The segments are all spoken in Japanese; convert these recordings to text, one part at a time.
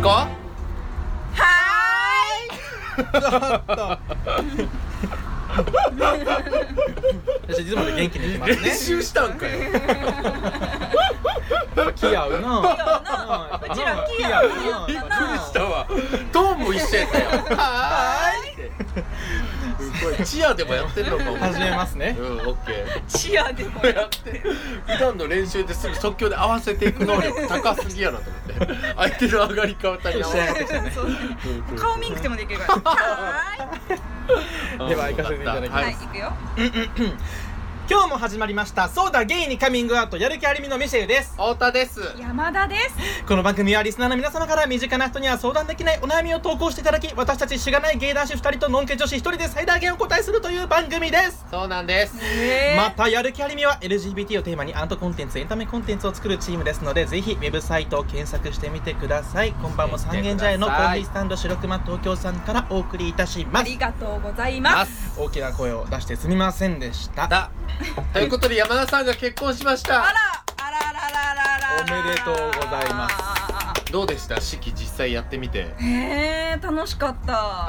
こう。 はーい私いつもで元気にいきますね。 練習したんかよ。 気合うな。 うちら気合うな。 びっくりしたわ。トーンも一緒やったよ。はーいってこれチアでもやってるのかも。 始めますね。 オッケー。 チアでもやって普段の練習ですぐ即興で合わせていく能力高すぎやなと思って相手の上がり方に合わせてそうね顔ミンクでもできるからはでは行かせていただきます。 い、はい、行くよ。 今日も始まりましたそうだゲイにカミングアウトやる気ありみのミシェルです。 太田です。 山田です。 この番組はリスナーの皆様から身近な人には相談できないお悩みを投稿していただき、私たちしがないゲイ男子2人とノンケ女子1人で最大限お答えするという番組です。 そうなんです。 またやる気ありみは LGBT をテーマにアートコンテンツエンタメコンテンツを作るチームですので、ぜひウェブサイトを検索してみてください。今晩も三軒茶屋のコーヒースタンド白熊東京さんからお送りいたします。 ありがとうございます。 大きな声を出してすみませんでしたということで山田さんが結婚しました。 あらおめでとうございます。 どうでした式実際やってみて。 楽しかった。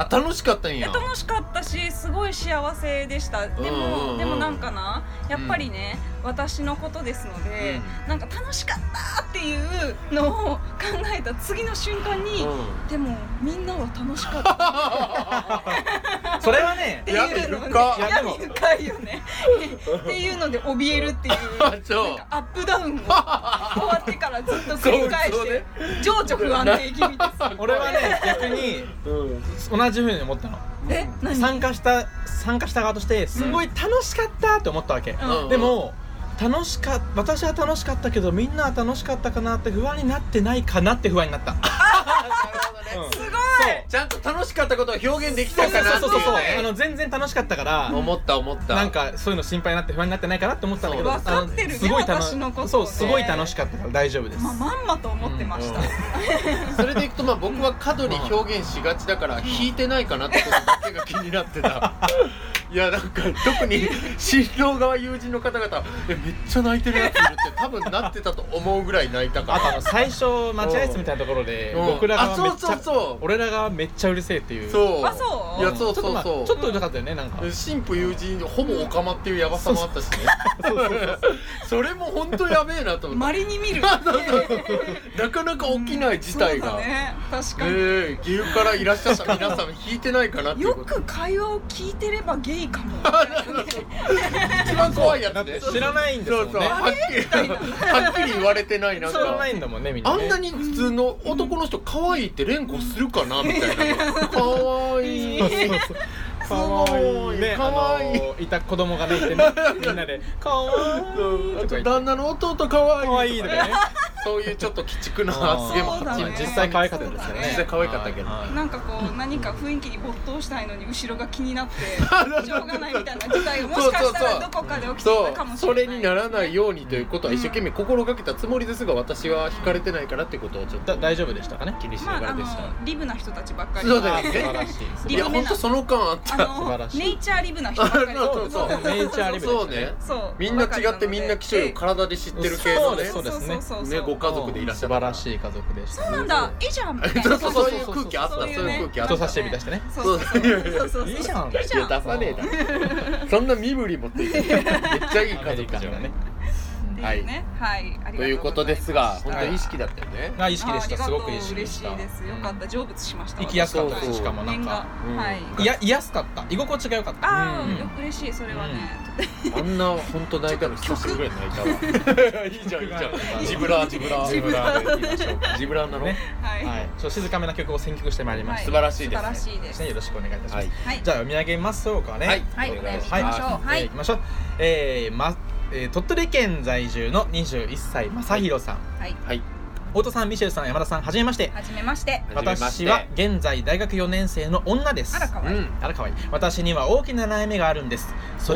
楽しかったんや。 楽しかったしすごい幸せでした。でもなんかなやっぱりね、私のことですので、なんか楽しかったっていうのを考えた次の瞬間に、でもみんなは楽しかったそれはねっていうので闇深いよねっていうので怯えるっていうなんかアップダウンを終わってからずっと繰り返して情緒不安定気味です。 俺はね逆に同じ風に思ったの。 何？ 参加した側としてすごい楽しかったって思ったわけ、でも私は楽しかったけどみんなは楽しかったかなって不安になってないかなって不安になった。 すごいちゃんと楽しかったことを表現できたかなっていうね。 全然楽しかったから思ったなんかそういうの心配になって不安になってないかなって思ったんだけど、 分かってるねすごい私のことそうすごい楽しかったから大丈夫です。 まんまと思ってました。 それでいくと僕は過度に表現しがちだから引いてないかなってことだけが気になってた。いやなんか特に新郎側友人の方々めっちゃ泣いてるやついるって多分なってたと思うぐらい泣いたから。 あと最初待合室みたいなところで僕らがめっちゃ俺らがめっちゃうるせえっていう。 そうあそういやそうちょっとうるさかったよね。なんか新婦友人ほぼオカマっていうヤバさもあったしね。それも本当やべえなと思って稀に見るなかなか起きない事態が。 そうだね確かにゲイからいらっしゃった皆さん引いてないかなっていうよこと。 く会話を聞いてればゲイかも一番怖いやつね。 知らないんですもんね。 はっきり言われてないなんか知らないんだもんねみんなね。 あんなに普通の男の人可愛いって連呼するかなみたいな。可愛いかわいいね。いた子供がねいてねみんなでかわいいとか旦那の弟可愛いかわいいとかね。 そういうちょっと鬼畜な発言も実際可愛かったですよね。 実際可愛かったけどなんかこう何か雰囲気に没頭したいのに後ろが気になってしょうがないみたいな事態がもしかしたらどこかで起きてたかもしれない。 それにならないようにということは一生懸命心がけたつもりですが、私は惹かれてないからってことをちょっと大丈夫でしたかね。 気にしながらでした。 リブな人たちばっかり。 そうだよね。 素晴らしい。 いや本当その間あった。 素晴らしい。 ネイチャーリブな人ばっかり。 そうネイチャーリブそうね。みんな違ってみんな気象を体で知ってる系のね。 そうですね。 ご家族でいらっしゃる。 素晴らしい家族でした。 そうなんだ。いいじゃんみたいな。 そういう空気あった。そういう空気あった。 人差し指出してね。 そういいじゃん。 いや出さねえだ。そんな身振り持っていてめっちゃいい家族じゃんね。 はい、 ということですが、本当に意識だったよね。 意識でした。すごく意識でした。 嬉しいです。よかった。成仏しました。 生きやすかったです。しかもなんかいや居やすかった。居心地が良かった。 ああ、嬉しい。それはね。 あんな本当泣いたの久しぶりに泣いたわ。いいじゃんいいじゃん。ジブラで言いましょうか。ジブラなのね。 はい。 ちょっと静かめな曲を選曲してまいりました。 素晴らしいです。 素晴らしいです。 よろしくお願いいたします。じゃあ読み上げますそうかね。 はい。お願いしましょう。 はい。行きましょう。鳥取県在住の21歳正弘さん。 はい。 太田さん、ミシェルさん、山田さん、はじめまして。 はじめまして。 私は現在大学4年生の女です。 あら可愛い。 あら可愛い。私には大きな悩みがあるんです。それは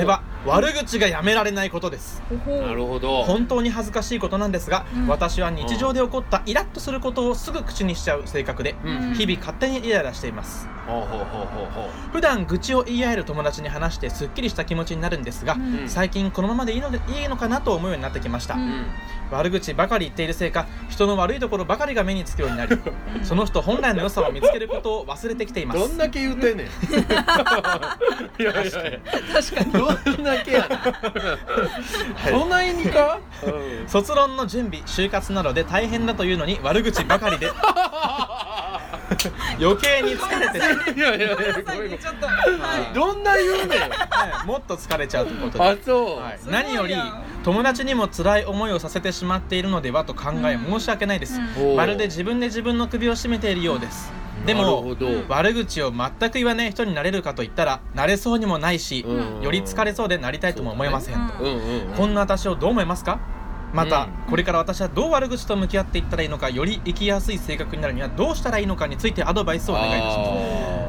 悪口がやめられないことです。 なるほど。 本当に恥ずかしいことなんですが、私は日常で起こったイラッとすることをすぐ口にしちゃう性格で、日々勝手にイライラしています。普段愚痴を言い合える友達に話してすっきりした気持ちになるんですが、最近このままでいいのかなと思うようになってきました。悪口ばかり言っているせいか、人の悪いところばかりが目につくようになり、その人本来の良さを見つけることを忘れてきています。 どんだけ言うてんねん。いやいやいや、 確かにどんだけやねん。そんなにか。 卒論の準備、就活などで大変だというのに悪口ばかりで余計に疲れてしまう。 いやいやいや、ごめんちょっとどんな言うねん。 もっと疲れちゃうということで、 あ、そう。 何より友達にも辛い思いをさせてしまっているのではと考え、申し訳ないです。まるで自分で自分の首を絞めているようです。でも悪口を全く言わない人になれるかといったらなれそうにもないし、より疲れそうでなりたいとも思えませんと。こんな私をどう思いますか？また、これから私はどう悪口と向き合っていったらいいのか、より生きやすい性格になるにはどうしたらいいのかについてアドバイスをお願いいたします。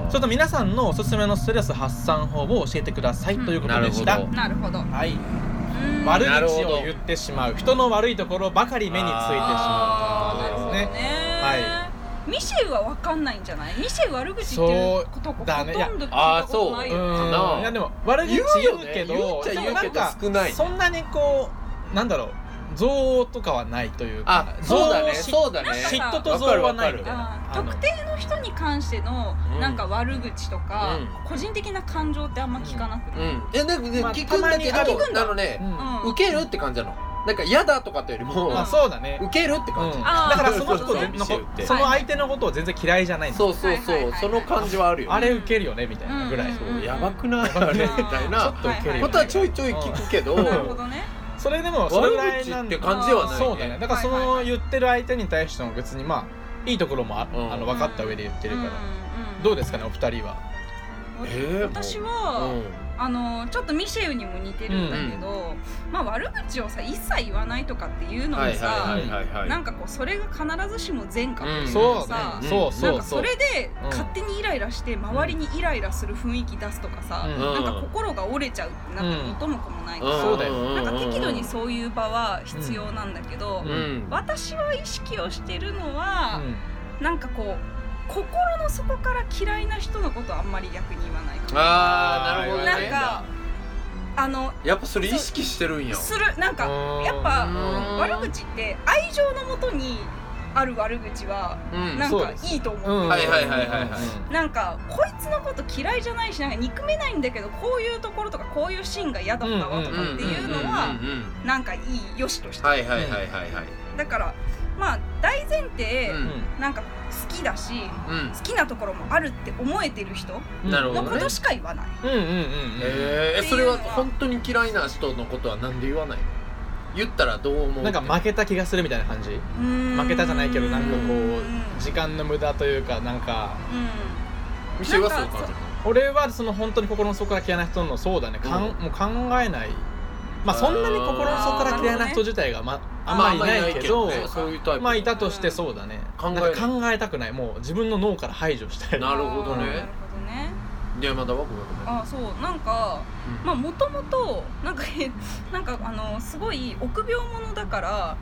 ちょっと皆さんのおすすめのストレス発散法を教えてくださいということでした。 なるほど。 はい。悪口を言ってしまう、人の悪いところばかり目についてしまうということですね。はい。 ミシェルは分かんないんじゃない？ミシェル悪口言ってることほとんど聞いたことないよね。 いやでも悪口言うけど、でもなんかそんなにこうなんだろう、憎とかはないというか、 そうだね、そうだね、 嫉妬と憎はないみたいな。 特定の人に関してのなんか悪口とか個人的な感情ってあんま聞かなくて、 なんか聞くんだけど、受けるって感じなの。なんか嫌だとかってよりも、 そうだね、 受けるって感じ。だからその人のその相手のことを全然嫌いじゃない。 そうそうそう、その感じはあるよ。 あれ受けるよねみたいなぐらい。 やばくないあれみたいな。 ちょっと受けるよね。 ことはちょいちょい聞くけど。 なるほどね。 それでもそれぐらいなんって感じではない。 そうだね。だからその言ってる相手に対しても別にまあいいところも分かった上で言ってるから。どうですかねお二人は。 私はちょっとミシェルにも似てるんだけど、まあ悪口をさ一切言わないとかっていうのもさ、なんかこうそれが必ずしも善かというかさ、なんかそれで勝手にイライラして周りにイライラする雰囲気出すとかさ、なんか心が折れちゃうってなんか元も子もないから、なんか適度にそういう場は必要なんだけど、私は意識をしてるのはなんかこう心の底から嫌いな人のことはあんまり逆に言わないかな。 なるほどね。 なんかやっぱそれ意識してるんや。 する。なんかやっぱ悪口って愛情のもとにある悪口はなんかいいと思う。なんかこいつのこと嫌いじゃないし、なんか憎めないんだけどこういうところとかこういうシーンが嫌だったわとかっていうのはなんかいいよしとして。だからまあ大前提なんか好きだし、好きなところもあるって思えてる人のことしか言わない。 それは本当に嫌いな人のことはなんで言わないの？言ったらどう思う？ なんか負けた気がするみたいな感じ？負けたじゃないけどなんかこう時間の無駄というかなんか。 ミシェルはそう感じる？ 俺はその本当に心の底から嫌いな人のそうだね、もう考えない。まあそんなに心の底から嫌いな人自体があんまりいないけど、まあいたとしてそうだね。考えたくない。もう自分の脳から排除したい。 なるほどね。いやまだはごめん。 そうなんかまあもともとなんかすごい臆病者だから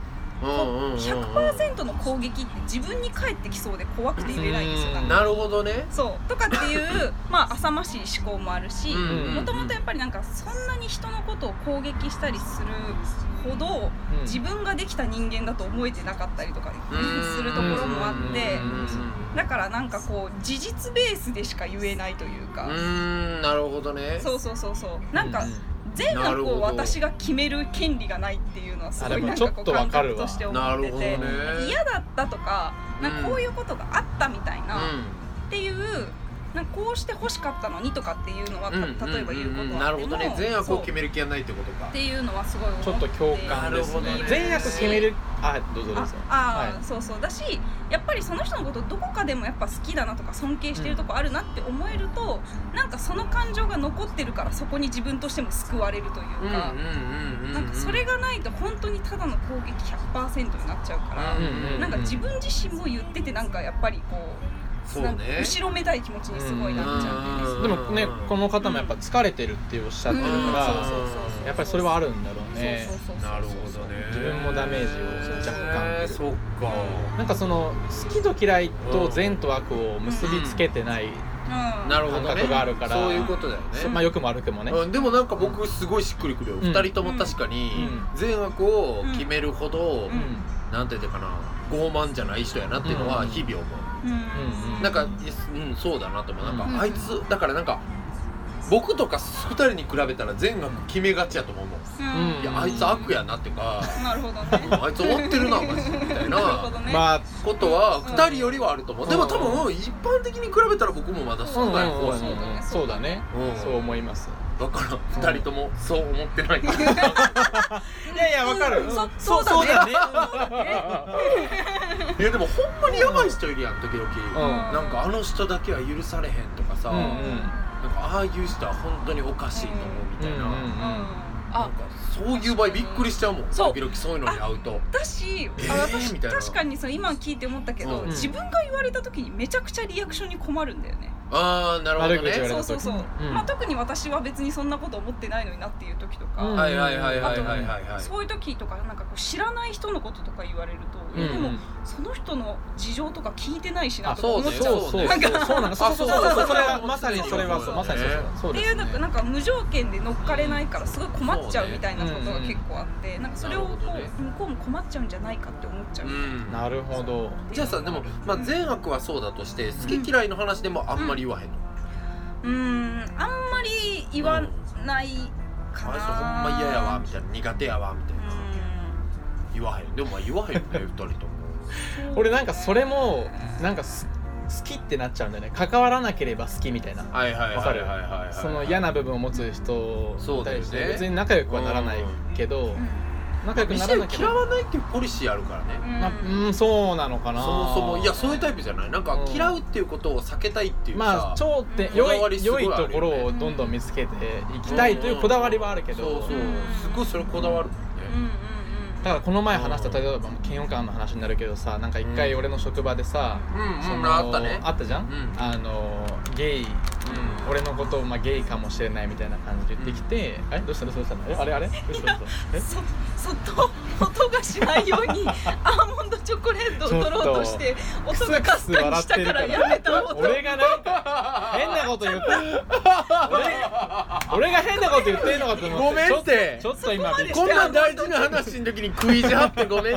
。100% の攻撃って自分に返ってきそうで怖くて言えないんですよ。 なるほどね。 そうとかっていうまあ浅ましい思考もあるし、もともとやっぱりなんかそんなに人のことを攻撃したりするほど自分ができた人間だと思えてなかったりとかするところもあって、だからなんかこう事実ベースでしか言えないというか。 なるほどね。 そうなんか善悪を私が決める権利がないっていうのはすごいなんかこう感覚として思ってて、嫌だったとか、なんかこういうことがあったみたいなっていう、なんかこうして欲しかったのにとかっていうのは例えば言うことはあっても、 なるほどね。善悪を決める気がないってことかっていうのはすごい思って、 ちょっと共感ですね。善悪決めるどうぞ。 そうだし、やっぱりその人のことどこかでもやっぱ好きだなとか尊敬してるとこあるなって思えると、なんかその感情が残ってるからそこに自分としても救われるというか、なんかそれがないと本当にただの攻撃 100% になっちゃうから、なんか自分自身も言っててなんかやっぱりこうそうねなんか後ろめたい気持ちにすごいなっちゃうんです。 でもねこの方もやっぱ疲れてるっておっしゃってるからやっぱりそれはあるんだろうね。 なるほどね。 自分もダメージを若干そっか。 なんかその好きと嫌いと善と悪を結びつけてない感覚があるから、 そういうことだよね。 まあ良くも悪くもね。 でもなんか僕すごいしっくりくるよ。2人とも確かに善悪を決めるほどなんて言うかな、傲慢じゃない人やなっていうのは日々思う。なんかそうだなと思う。なんかあいつだからなんか僕とか2人に比べたら善悪決めがちやと思うもん。いやあいつ悪やなっていうか、 なるほどね。 あいつ思ってるなマジでみたいなことは2人よりはあると思う。でも多分一般的に比べたら僕もまだそうだよ。 そうだね。そう思います。 だから2人ともそう思ってない。いやいやわかる。 そうだね。 いやでもほんまにやばい人いるやん時々。なんかあの人だけは許されへんとかさ。なんかああいう人は本当におかしいと思うみたいな。なんかそういう場合びっくりしちゃうもん。時々そういうのに会うと。 私確かに今聞いて思ったけど、自分が言われた時にめちゃくちゃリアクションに困るんだよね。 ああなるほどね。 そう、まあ特に私は別にそんなこと思ってないのになっていう時とか、あとそういう時とかなんかこう知らない人のこととか言われると、でもその人の事情とか聞いてないしなとか思っちゃう。そうなんかそれはまさにそれはまさにそうっていうなんか無条件で乗っかれないからすごい困っちゃうみたいなことが結構あって、なんかそれをこう向こうも困っちゃうんじゃないかって思っちゃうみたいな。 なるほど。 じゃあさでもまあ善悪はそうだとして好き嫌いの話でもあんまり言わへんの。 あんまり言わないかな。 あいつほんま嫌やわみたいな、苦手やわみたいな言わへん。でもまあ言わへんね2人とも。 俺なんかそれもなんか好きってなっちゃうんだよね。関わらなければ好きみたいな。わかる。その嫌な部分を持つ人に対して別に仲良くはならないけど、仲良くならなければ嫌わないっていうポリシーあるからね。 そうなのかな。 そもそもいやそういうタイプじゃない。なんか嫌うっていうことを避けたいっていうさ、 まあ頂点良いところをどんどん見つけていきたいというこだわりはあるけど、 すごいそれこだわるもんね。 だからこの前話した例えば嫌悪感の話になるけどさ、なんか一回俺の職場でさ、あったじゃん。ゲイ、俺のことをゲイかもしれないみたいな感じで言ってきて、どうしたの？あれそっと音がしないようにアーモンドチョコレートを取ろうとして音がカスカにしたからやめた。 俺がなんか変なこと言って俺が変なこと言ってんのかと思って。 ごめんって。 ちょっと今こんな大事な話の時に食い地張ってごめんって。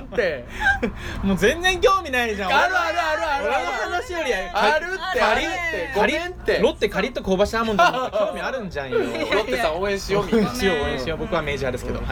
もう全然興味ないじゃん。 ある俺の話よりあるってごめんって。 ロッテカリッと香ばしいアーモンドの方が興味あるんじゃんよ。ロッテさん応援しようみたいな。 応援しよう。僕はメジャーですけど。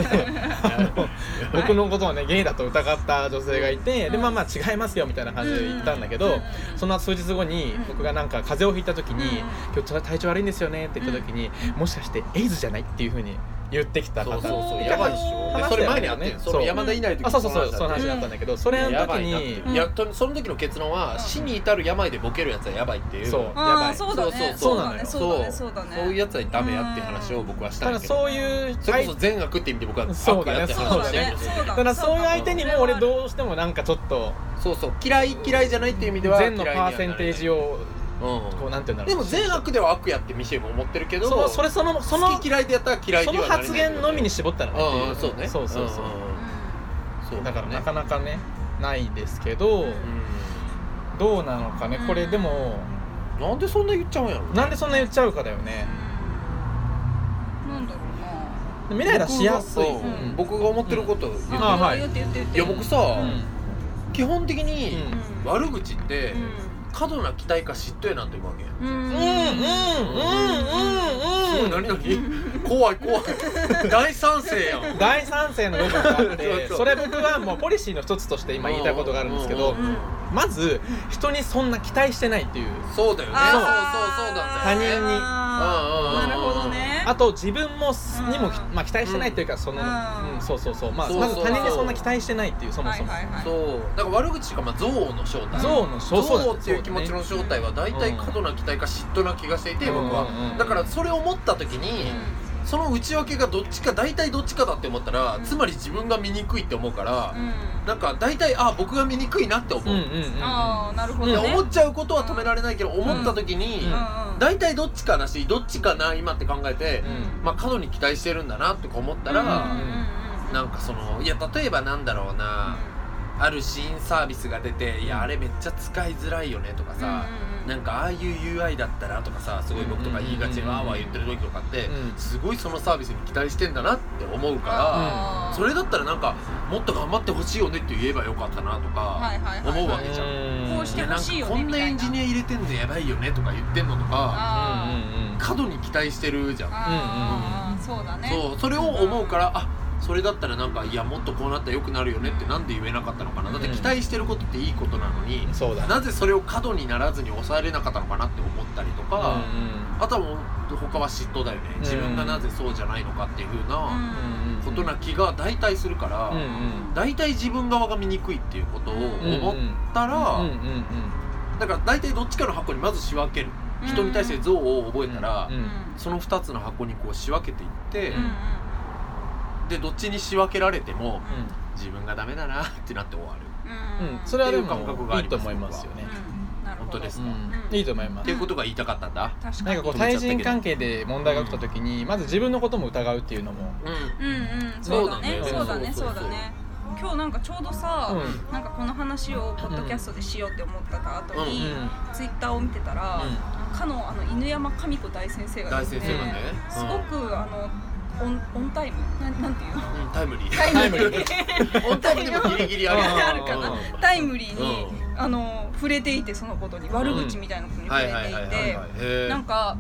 僕のことをねゲイだと疑った女性がいて、でまあ違いますよみたいな感じで言ったんだけど、その数日後に僕がなんか風邪をひいた時に今日体調悪いんですよねって言った時に、もしかしてエイズじゃないっていう風に言ってきた方。 そうやばいっしょ。それ前にあってん。その山田いない時。 そう話だったんだけど、それの時にその時の結論は死に至る病でボケるやつはやばいっていう。 そうやばい。 そうなのよ。 そういうやつはダメやって話を僕はしたんだけど。 そういうそれこそ善悪って意味で僕は悪やって話してるんですよ。 だからそういう相手にも俺どうしてもなんかちょっと嫌いじゃないっていう意味では善のパーセンテージをこうなんていうんだろう。 でも善悪では悪やってミシェルも思ってるけど、 その好き嫌いでやったら嫌いではなれない。 その発言のみに絞ったらね。 そうね。 そうだからなかなかねないですけど、どうなのかねこれ。でもなんでそんな言っちゃうんやろ。 なんでそんな言っちゃうかだよね。 なんだろうな。 ミライラしやすい。 僕が思ってることを言って。いや僕さ基本的に悪口って過度な期待か嫉妬やなって思うわけ。何怖い大賛成やん。 大賛成の部分があってそれ僕はもうポリシーの一つとして今言いたいことがあるんですけど、まず人にそんな期待してないっていう。 そうだよね。そうなんだよね。 他人に。 なるほどね。 あと自分にも期待してないっていうかそうまず他人にそんな期待してないっていうそもそも。 そうだから悪口が憎悪の正体。憎悪っていう気持ちの正体は大体過度な期待か嫉妬な気がしていて僕は。だからそれを持った時にその内訳がどっちか大体どっちかだって思ったら、つまり自分が醜いって思うから、なんか大体僕が醜いなって思う、 ああなるほどね。 思っちゃうことは止められないけど、思った時に大体どっちかだし、どっちかな今って考えて、過度に期待してるんだなって思ったら、なんかいや例えばなんだろうな、ある新サービスが出て、いやあれめっちゃ使いづらいよねとかさ、なんかああいう UI だったらとかさ、すごい僕とか言いがちにわーわー言ってる時とかって、すごいそのサービスに期待してんだなって思うから、それだったらなんかもっと頑張ってほしいよねって言えばよかったなとか思うわけじゃん。 こうしてほしいよねみたいな。 こんなエンジニア入れてんのやばいよねとか言ってんのとか、過度に期待してるじゃん。 そうだね。 そう、それを思うから、それだったらなんか、いやもっとこうなったら良くなるよねってなんで言えなかったのかな。だって期待してることっていいことなのに、なぜそれを過度にならずに抑えれなかったのかなって思ったりとか、あとはもう他は嫉妬だよね。自分がなぜそうじゃないのかっていう風なことな気が大体するから、大体自分側が醜いっていうことを思ったら、だから大体どっちかの箱にまず仕分ける。人に対して像を覚えたら、その2つの箱にこう仕分けていって、でどっちに仕分けられても、自分がダメだなってなって終わる、 それはでもいいと思いますよね。 本当ですか、 いいと思います。 っていうことが言いたかったんだ。 なんかこう対人関係で問題が起きた時に、まず自分のことも疑うっていうのも、 そうだね。今日なんかちょうどさ、なんかこの話をポッドキャストでしようって思った後に、ツイッターを見てたら、かの犬山神子大先生がですね、すごくオンタイムなんていうの、 タイムリーオンタイムでもギリギリあるかな、タイムリーに触れていて、そのことに悪口みたいなことに触れていて、なんか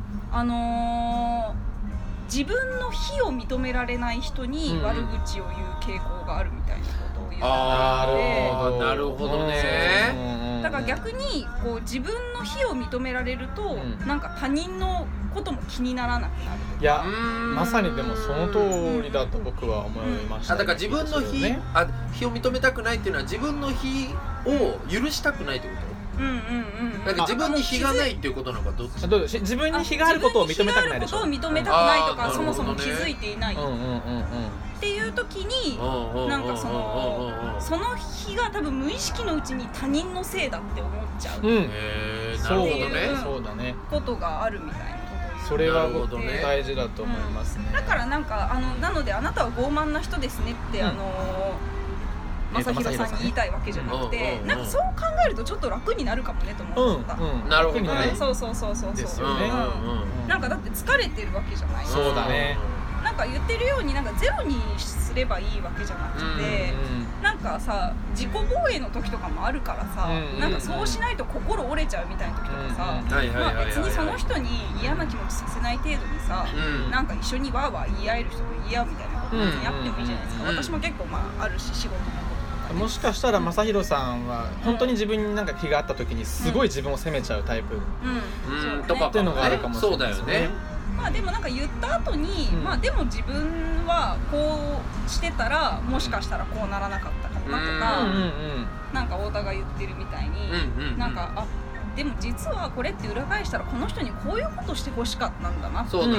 自分の非を認められない人に悪口を言う傾向があるみたいなことを言ってて、なるほどね。 だから逆にこう自分の非を認められると、なんか他人のことも気にならなくなる。 いやまさにでもその通りだと僕は思いました。 だから自分の非を認めたくないっていうのは、自分の非を許したくないってこと。なんか自分に非がないっていうことなのか、どっち？ 自分に非があることを認めたくないでしょ。 自分に非があることを認めたくないとか、そもそも気づいていないっていう時に、なんかその非が多分無意識のうちに他人のせいだって思っちゃう。 そうだね。 ことがあるみたいな。 それは大事だと思いますね。 だからなんかなのであなたは傲慢な人ですねって正弘さんに言いたいわけじゃなくて、なんかそう考えるとちょっと楽になるかもねと思った。 なるほどね。 そうですよね。なんかだって疲れてるわけじゃない。 そうだね。 なんか言ってるようになんかゼロにすればいいわけじゃなくて、なんかさ自己防衛の時とかもあるからさ、なんかそうしないと心折れちゃうみたいな時とかさ、まあ別にその人に嫌な気持ちさせない程度にさ、なんか一緒にワーワー言い合える人と言い合うみたいなことやってもいいじゃないですか。私も結構あるし仕事のこともしかしたら正弘さんは本当に自分になんか気があった時にすごい自分を責めちゃうタイプとかっていうのがあるかもしれないですね。 まあでもなんか言った後に、まあでも自分はこうしてたらもしかしたらこうならなかったかもなとか、なんか太田が言ってるみたいに、なんかでも実はこれって裏返したらこの人にこういうことしてほしかったんだなってとか、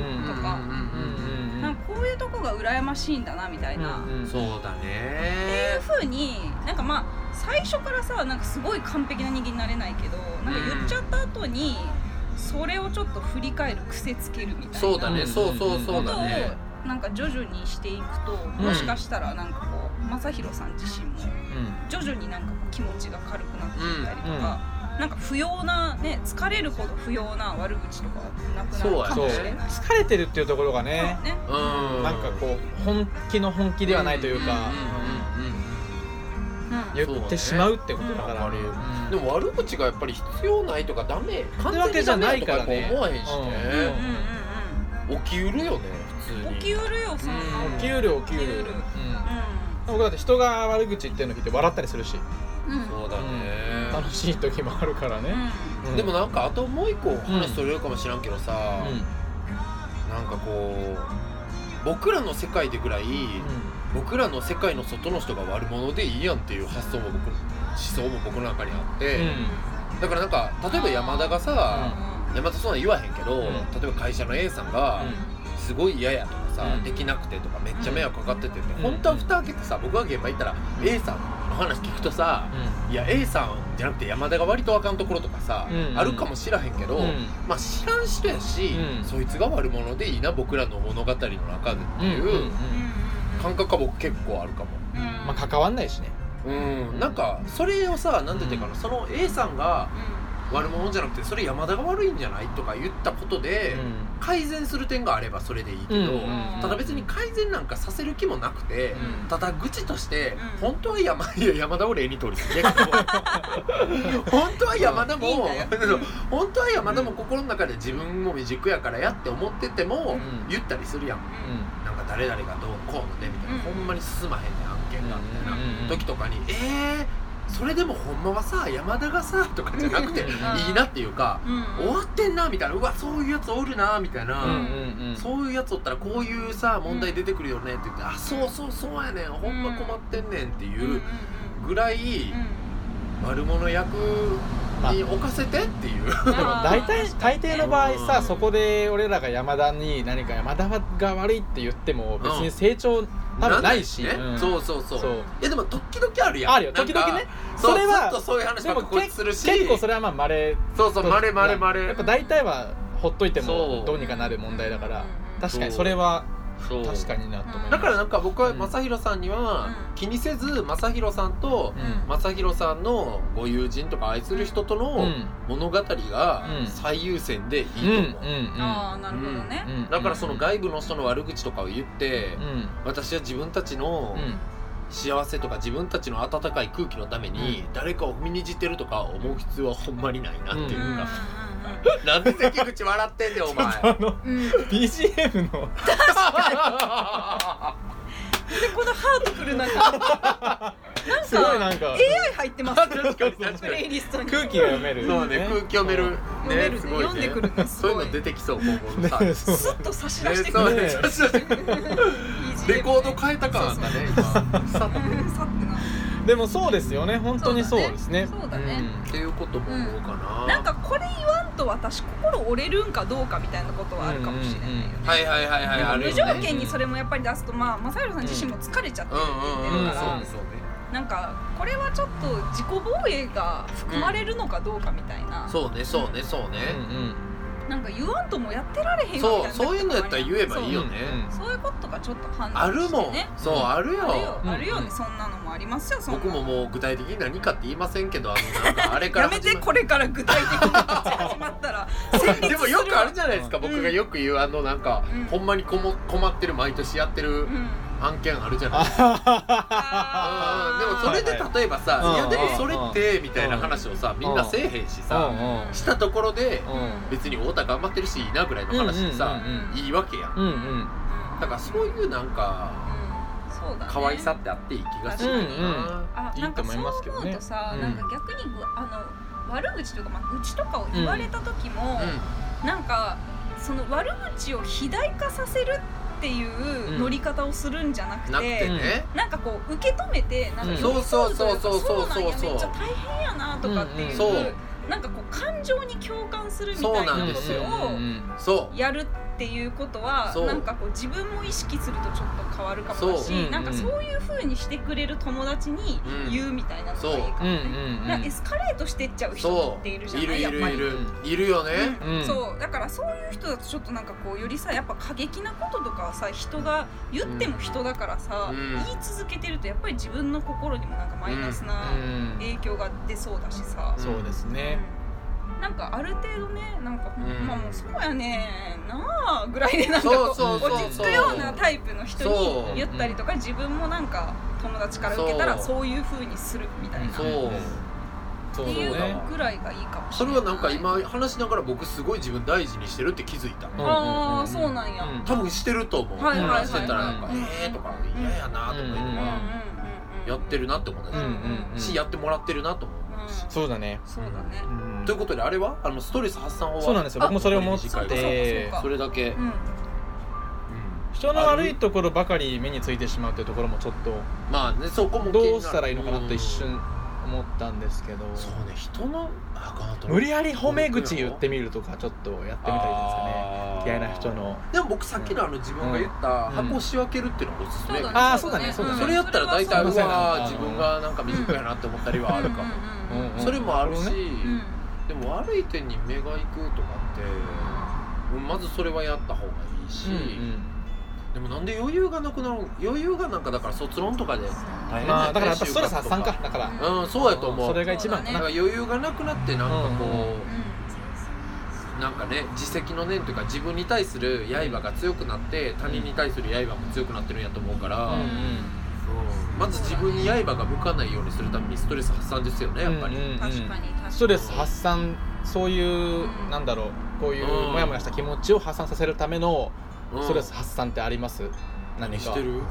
なんかこういうとこが羨ましいんだなみたいな、 そうだねっていう風になんかまあ最初からさなんかすごい完璧な人間になれないけど、なんか言っちゃった後にそれをちょっと振り返る癖つけるみたいな、 そうだね、そうだね、 なんか徐々にしていくと、もしかしたらなんかこう正弘さん自身も徐々になんか気持ちが軽くなっていったりとか、なんか不要なね、疲れるほど不要な悪口とかなくなるかもしれない。 疲れてるっていうところがね、なんかこう本気の本気ではないというか、言ってしまうってことだから。 でも悪口がやっぱり必要ないとかダメ、完全にダメとか思わへんしね。起きうるよね、普通に。 起きうるよ、そんな。 起きうる。僕だって人が悪口言ってるの聞いて笑ったりするし。 そうだね。 楽しい時もあるからね。 でもなんかあともう一個話それるかもしらんけどさ、なんかこう僕らの世界でぐらい、僕らの世界の外の人が悪者でいいやんっていう発想も思想も僕の中にあって、だからなんか例えば山田がさ、山田そんな言わへんけど、例えば会社の A さんがすごい嫌やとかさ、 うんできなくてとかめっちゃ迷惑かかってて、本当は蓋開けてさ、僕が現場行ったら A さんの話聞くとさ、いや A さんじゃなくて山田が割とあかんところとかさ、あるかもしらへんけど、まあ知らん人やし、そいつが悪者でいいな僕らの物語の中でっていう感覚が僕結構あるかも。 まあ関わんないしね。 なんかそれをさ、なんて言うかな、その A さんが悪者じゃなくてそれ山田が悪いんじゃないとか言ったことで改善する点があればそれでいいけど、ただ別に改善なんかさせる気もなくて、ただ愚痴として本当は山田を例に通りすぎやけど本当は山田も本当は山田も心の中で自分も未熟やからやって思ってても言ったりするやん。なんか誰々がどうこうのねみたいな、ほんまに進まへんねん案件がみたいな時とかにそれでもほんまはさ山田がさとかじゃなくていいなっていうか、終わってんなみたいな、うわそういうやつおるなみたいな、そういうやつおったらこういうさ問題出てくるよねって言って、あそうやねんほんま困ってんねんっていうぐらい悪者役に置かせてっていう、 でも大抵の場合さ、そこで俺らが山田に何か山田が悪いって言っても別に成長多分ないし、 そういやでも時々あるやん。 あるよ時々ね。それはずっとそういう話ばっかこいつするし、 結構それはまあ稀。 稀やっぱ大体はほっといてもどうにかなる問題だから、確かにそれは確かになと思います。 だからなんか僕は正弘さんには気にせず、正弘さんと正弘さんのご友人とか愛する人との物語が最優先でいいと思う。 ああなるほどね。 だからその外部の人の悪口とかを言って私は自分たちの幸せとか自分たちの温かい空気のために誰かを踏みにじってるとか思う必要はほんまにないなっていうか、なんで関口笑ってんねんお前 BGM のでこのハートフルなすごいなんか AI 入ってます確かにプレイリストに空気が読める。 そうね、空気読めるね、すごいね、 読んでくるね、すごいそういうの出てきそう今後のさスッと差し出してくるね。 レコード変えた感あったね今さってな。 でもそうですよね、本当にそうですね。 そうだね。 っていうことも思うかな。 なんかこれ言わんと私心折れるんかどうかみたいなことはあるかもしれないよね。 はいあるよね。 無条件にそれもやっぱり出すとまあ正弘さん自身も疲れちゃってるって言ってるから、なんかこれはちょっと自己防衛が含まれるのかどうかみたいな。 そうね。 なんか言わんともやってられへんみたいな。 そういうのやったら言えばいいよね。 そういうことがちょっと判断あるもん。 してね。 そうあるよ。 あるよね、そんなのもありますよ。 僕ももう具体的に何かって言いませんけど、なんかあれからやめてこれから具体的に始まったらでもよくあるじゃないですか、僕がよく言うなんかほんまに困ってる毎年やってる案件あるじゃないですか。でもそれで例えばさ、いやでもそれってみたいな話をさみんなせえへんしさ、したところで別に太田頑張ってるしいいなぐらいの話でさいいわけやん。だからそういうなんか可愛さってあっていい気がするな。なんかそう思うとさ、なんか逆に悪口というか愚痴とかを言われた時もなんかその悪口を肥大化させるっていう乗り方をするんじゃなくて、なんかこう受け止めてなんか寄り添うというか、そうなんやめっちゃ大変やなとかっていうなんかこう感情に共感するみたいなことをやるっていうことはなんかこう自分も意識するとちょっと変わるかもだし、なんかそういう風にしてくれる友達に言うみたいなのがいいかもね。なんかエスカレートしてっちゃう人っているじゃない、やっぱりいるよね。 そうだからそういう人だとちょっとなんかこうよりさやっぱ過激なこととかはさ人が言っても人だからさ言い続けてるとやっぱり自分の心にもなんかマイナスな影響が出そうだしさ。 そうですね。 なんかある程度ねなんかまあもうそうやねなあぐらいでなんかこう落ち着くようなタイプの人に言ったりとか、自分もなんか友達から受けたらそういう風にするみたいなっていうぐらいがいいかもしれない。 それはなんか今話しながら僕すごい自分大事にしてるって気づいた。 ああそうなんや。 多分してると思う。話してたらなんかとか嫌やなとかいうのはやってるなって思ったし、やってもらってるなと思う。 そうだね。 そうだね。 ということであれはストレス発散法はそうなんですよ。僕もそれを思ってそれだけ人の悪いところばかり目についてしまうというところもちょっとまあねそこもどうしたらいいのかなと一瞬思ったんですけど。 そうね、人の無理やり褒め口言ってみるとかちょっとやってみたいですかね。 嫌いな人の。 でも僕さっきの自分が言った箱を仕分けるっていうのがおすすめ、 ああそうだねそうだね。 それやったら大体そうだね自分がなんか未熟やなって思ったりはあるかも、それもあるし、でも悪い点に目が行くとかってまずそれはやった方がいいし、でもなんで余裕がなくなる、余裕がなんかだから卒論とかで大変だよね、 だからやっぱストレス発散かだから、 そうやと思う。 それが一番かな。 なんか余裕がなくなってなんかこう、なんかね自責の念というか自分に対する刃が強くなって他人に対する刃も強くなってるんやと思うから、まず自分に刃が向かないようにするためにストレス発散ですよねやっぱり。 確かにストレス発散、そういうなんだろう、こういうモヤモヤした気持ちを発散させるためのストレス発散ってあります？何かしてる？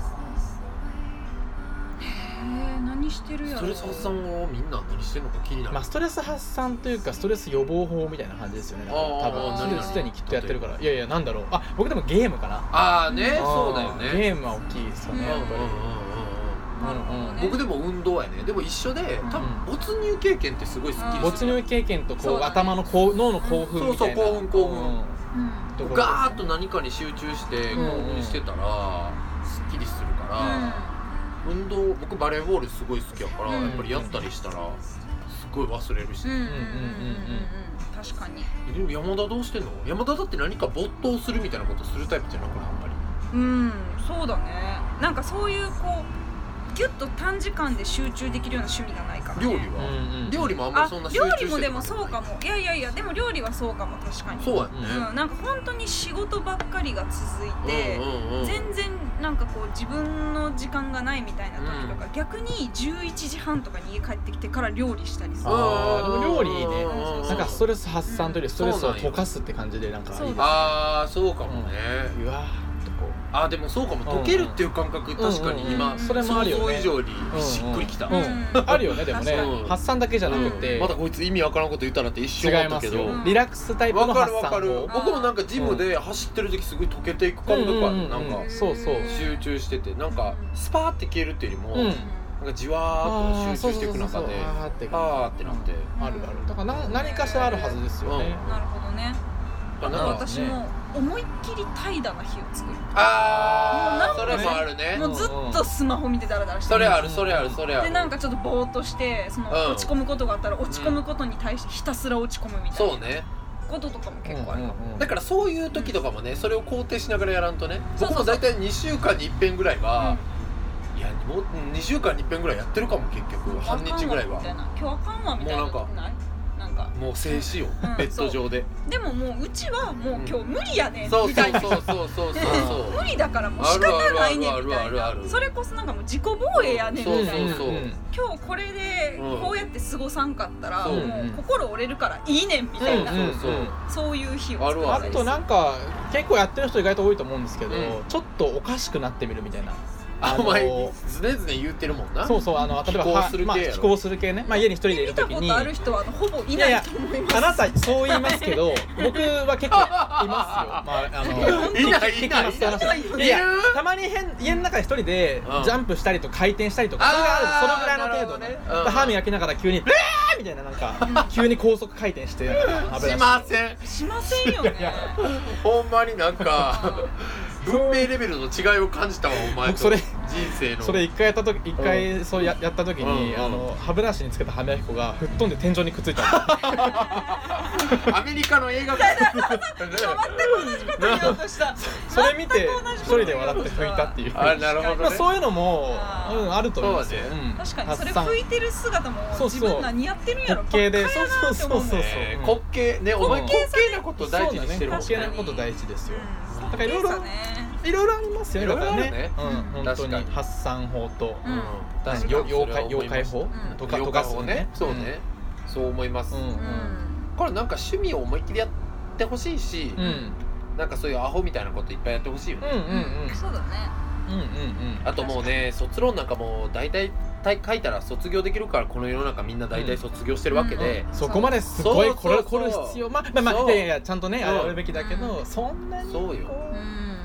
何してるやろ。 ストレス発散をみんな何してるのか気になる。 まあストレス発散というかストレス予防法みたいな感じですよね。多分すでにきっとやってるから。いやいやなんだろう。僕でもゲームかな。 そうだよね。 ゲームは大きいですよねやっぱり。 僕でも運動やね。でも一緒で多分没入経験ってすごい好きです。 没入経験とこう頭の脳の興奮みたいな。 興奮。ガーッと何かに集中して興奮してたらすっきりするから、運動、僕バレーボールすごい好きやから、やっぱりやったりしたらすごい忘れるし。 確かに。 でも山田どうしてんの？山田だって何か没頭するみたいなことするタイプじゃなくないあんまり。 そうだね。なんかそういうこうギュッと短時間で集中できるような趣味がないからね。 料理は？料理もあんまりそんな集中してる。 料理もでもそうかも。いやでも料理はそうかも確かに。 そうやね。 なんか本当に仕事ばっかりが続いて、全然なんかこう自分の時間がないみたいな時とか、逆に11時半とかに家帰ってきてから料理したりする。 でも料理いいね。なんかストレス発散というよりストレスを溶かすって感じでなんかいいですね。 そうかもね。 うわでもそうかも、溶けるっていう感覚確かに今それもあるよね。 想像以上にしっくりきた。 あるよねでもね。発散だけじゃなくてまたこいつ意味わからんこと言ったらって一瞬思ったけど、 リラックスタイプの発散法。 わかる。僕もなんかジムで走ってる時すごい溶けていく感覚ある。なんか集中しててなんかスパーって消えるっていうよりもなんかじわーっと集中していく中でパーってなってある。だから何かしらあるはずですよね。 なるほどね。私も思いっきり怠惰な日を作る。 それもあるね。 もうずっとスマホ見てダラダラしてそれあるでなんかちょっとぼーっとして落ち込むことがあったら落ち込むことに対してひたすら落ち込むみたいなこととかも結構あるかも。 だからそういう時とかもね、それを肯定しながらやらんとね。僕も大体2週間に1遍ぐらいはいやもう2週間に1遍ぐらいやってるかも。結局半日ぐらいは今日あかんわみたいなことない？ もう静止よ、ベッド上で。でももううちはもう今日無理やねんみたいな。 そう無理だからもう仕方ないねんみたいな。それこそなんかもう自己防衛やねんみたいな。今日これでこうやって過ごさんかったらもう心折れるからいいねんみたいな。そういう日を作る。 あとなんか結構やってる人意外と多いと思うんですけど、ちょっとおかしくなってみるみたいな。 お前ずねずね言ってるもんな。 そう例えば飛行する系ね。家に一人でいる時に見たことある人はほぼいないと思います。 あなたそう言いますけど僕は結構いますよ。いないたまに家の中で一人でジャンプしたりとか回転したりとかそれがある。そのぐらいの程度ね。歯磨きながら急にみたいななんか急に高速回転してしませんよね。ほんまになんか文明レベルの違いを感じたわお前と人生の。 それ一回そうやった時に歯ブラシにつけた歯磨き粉が吹っ飛んで天井にくっついた。 アメリカの映画全く同じこと言おうとした。 それ見て一人で笑って拭いたっていう。 なるほどね。 そういうのもあると思いますよ。 確かにそれ拭いてる姿も自分が似合ってるんやろ。 滑稽でそう滑稽ね。お前滑稽なこと大事にしてるもんね。 滑稽なこと大事ですよ。だからいろいろありますよね。だからね、本当に発散法と妖怪法とかね。 そう思います。これなんか趣味を思いっきりやってほしいし、なんかそういうアホみたいなこといっぱいやってほしいよね。 そうだね。 あともうね、卒論なんかもう大体書いたら卒業できるからこの世の中みんな大体卒業してるわけで、 そこまですごいこれ必要。いやちゃんとねやるべきだけど、そんなにそうよ。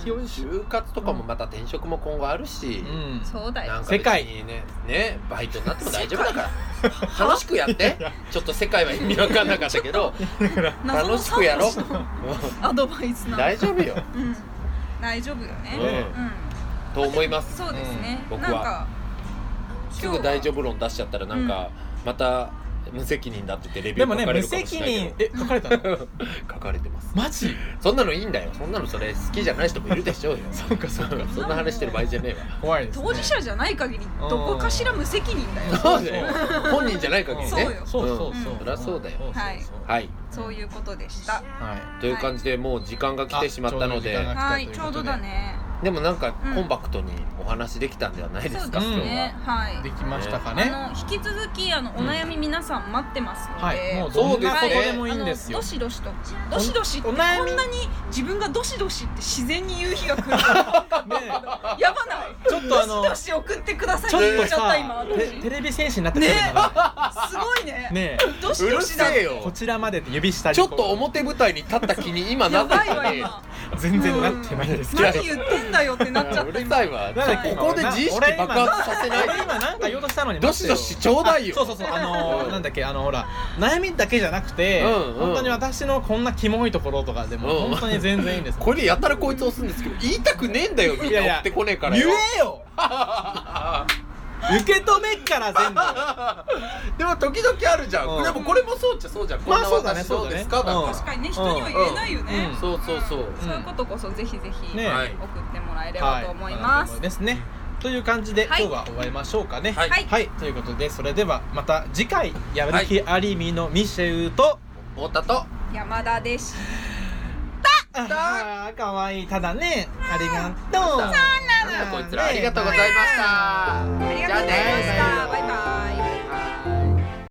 気温し就活とかもまた転職も今後あるし、 うんそうだよなんか別にねバイトになっても大丈夫だから楽しくやってちょっと世界は意味わかんなかったけど楽しくやろうアドバイスな大丈夫よ、 うん大丈夫よねと思いますそうですね僕はなんかすぐ大丈夫論出しちゃったらなんかまた無責任だって言ってレビューでもね無書かれるかもし責れないけど任書かれたの書かれてますマジそんなのいいんだよそんなのそれ好きじゃない人もいるでしょうよそうかそうかそんな話してる場合じゃねえわ怖いですね当事者じゃない限りどこかしら無責任だよそうだよ本人じゃない限りねそうよそうそうそうそりゃそうだよはいはいそういうことでしたはいという感じでもう時間が来てしまったのではいちょうどだねでもなんかコンパクトにお話できたんではないですかそう今日ですねははいできましたかね引き続きお悩み皆さん待ってますので、 はいもうどんなことでもいいんですよどしどしとどしどしってこんお悩みなに自分がどしどしって自然に言う日が来るやばないちょっとどしどし送ってくださいちょって言っとさっちゃった今テレビ戦士になってくるからすごいねねどしどしだうるせえよこちらまでって指下にちょっと表舞台に立った気に今なやってきたねばいわ今全然なってないですけど何言ってんだよってなっちゃっうたるさいわなんだっけここで自意識爆発させない俺今なんか言おうとしたのにどしどしちょうだいよそうなんだっけほら悩みだけじゃなくて本当に私のこんなキモいところとかでも本当に全然いいんですこれやたらこいつ押すんですけど言いたくねえんだよみんな追ってこねえから言よえよ受け止めっから全部でも時々あるじゃんでもこれもそうっちゃそうじゃんこんな私どうですかだから確かにね人には言えないよねそうそうそうそういうことこそぜひぜひね送ってもらえればと思いますですねという感じで今日は終わりましょうかねはいということでそれではまた次回やる気ありみのミシェウと太田と山田でしあーかわいいただねありがとうこいつらありがとうございましたありがとうございましたバイバイ